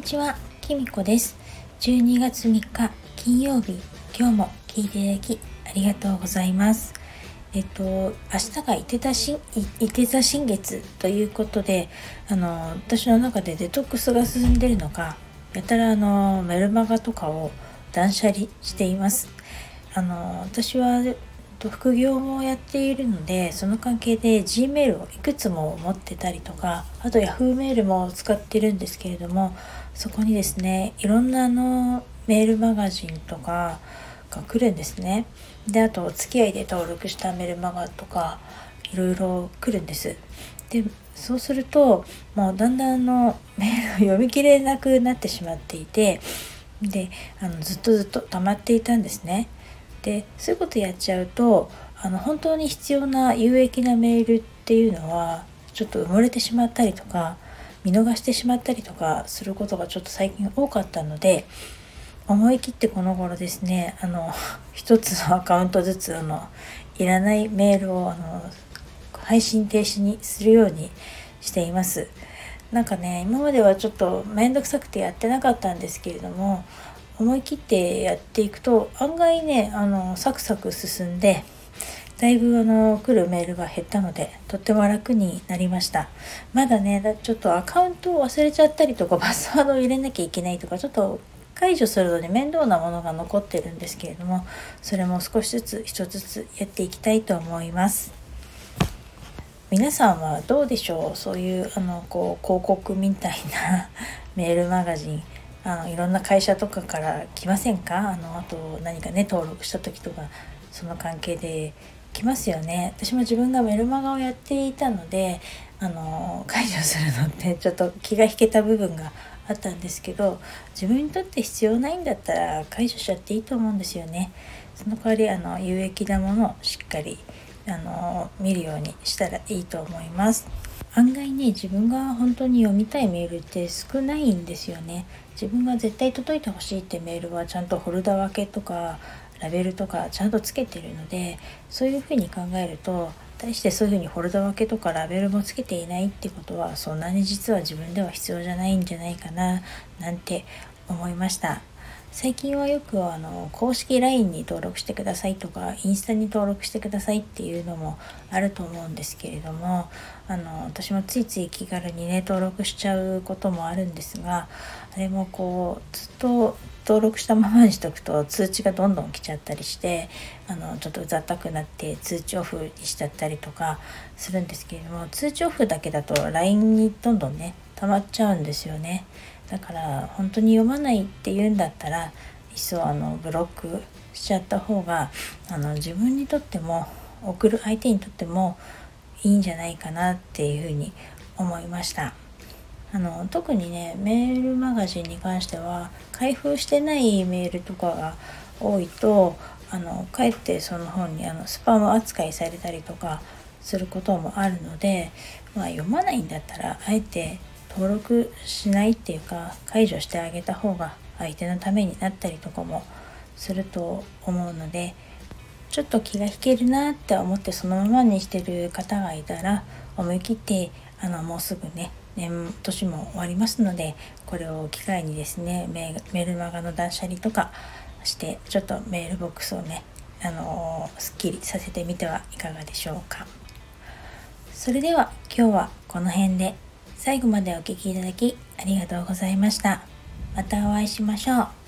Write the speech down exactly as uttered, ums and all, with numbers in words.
にちは、きみこです。じゅうにがつみっか金曜日、今日も聞いていただきありがとうございます。えっと明日がいて座新いて座新月ということで、あの私の中でデトックスが進んでいるのか、やたらあのメルマガとかを断捨離しています。あの私は副業もやっているので、その関係で G メールをいくつも持ってたりとか、あと Yahoo メールも使ってるんですけれども、そこにですね、いろんなあのメールマガジンとかが来るんですね。で、あとお付き合いで登録したメルマガとかいろいろ来るんです。で、そうするともうだんだんあのメールを読み切れなくなってしまっていて、であのずっとずっと溜まっていたんですね。でそういうことやっちゃうと、あの本当に必要な有益なメールっていうのはちょっと埋もれてしまったりとか、見逃してしまったりとかすることがちょっと最近多かったので、思い切ってこの頃ですね、あの一つのアカウントずつあのいらないメールをあの配信停止にするようにしています。なんかね、今まではちょっとめんどくさくてやってなかったんですけれども、思い切ってやっていくと案外ね、あのサクサク進んで、だいぶあの来るメールが減ったので、とっても楽になりました。まだね、ちょっとアカウントを忘れちゃったりとか、パスワードを入れなきゃいけないとか、ちょっと解除するのに面倒なものが残ってるんですけれども、それも少しずつ一つずつやっていきたいと思います。皆さんはどうでしょう。そういうあのこう広告みたいなメールマガジン、あのいろんな会社とかから来ませんか？あのあと何かね、登録した時とかその関係で来ますよね。私も自分がメルマガをやっていたので、あの解除するのってちょっと気が引けた部分があったんですけど、自分にとって必要ないんだったら解除しちゃっていいと思うんですよね。その代わりあの有益なものをしっかりあの見るようにしたらいいと思います。案外ね、自分が本当に読みたいメールって少ないんですよね。自分が絶対届いてほしいってメールはちゃんとフォルダ分けとかラベルとかちゃんとつけてるので、そういうふうに考えると、対してそういうふうにフォルダ分けとかラベルもつけていないってことは、そんなに実は自分では必要じゃないんじゃないかななんて思いました。最近はよくあの公式 ライン に登録してくださいとか、インスタに登録してくださいっていうのもあると思うんですけれども、あの私もついつい気軽にね登録しちゃうこともあるんですが、あれもこうずっと登録したままにしとくと通知がどんどん来ちゃったりして、あのちょっとうざったくなって通知オフにしちゃったりとかするんですけれども、通知オフだけだと ライン にどんどんね溜まっちゃうんですよね。だから本当に読まないっていうんだったら、いっそあのブロックしちゃった方が、あの自分にとっても送る相手にとってもいいんじゃないかなっていうふうに思いました。あの特にね、メールマガジンに関しては開封してないメールとかが多いと、あのかえってその本にあのスパム扱いされたりとかすることもあるので、まあ、読まないんだったらあえて登録しないっていうか解除してあげた方が相手のためになったりとかもすると思うので、ちょっと気が引けるなって思ってそのままにしてる方がいたら、思い切ってあのもうすぐね年年も終わりますので、これを機会にですね、メールマガの断捨離とかしてちょっとメールボックスをね、あのー、すっきりさせてみてはいかがでしょうか。それでは今日はこの辺で、最後までお聞きいただきありがとうございました。またお会いしましょう。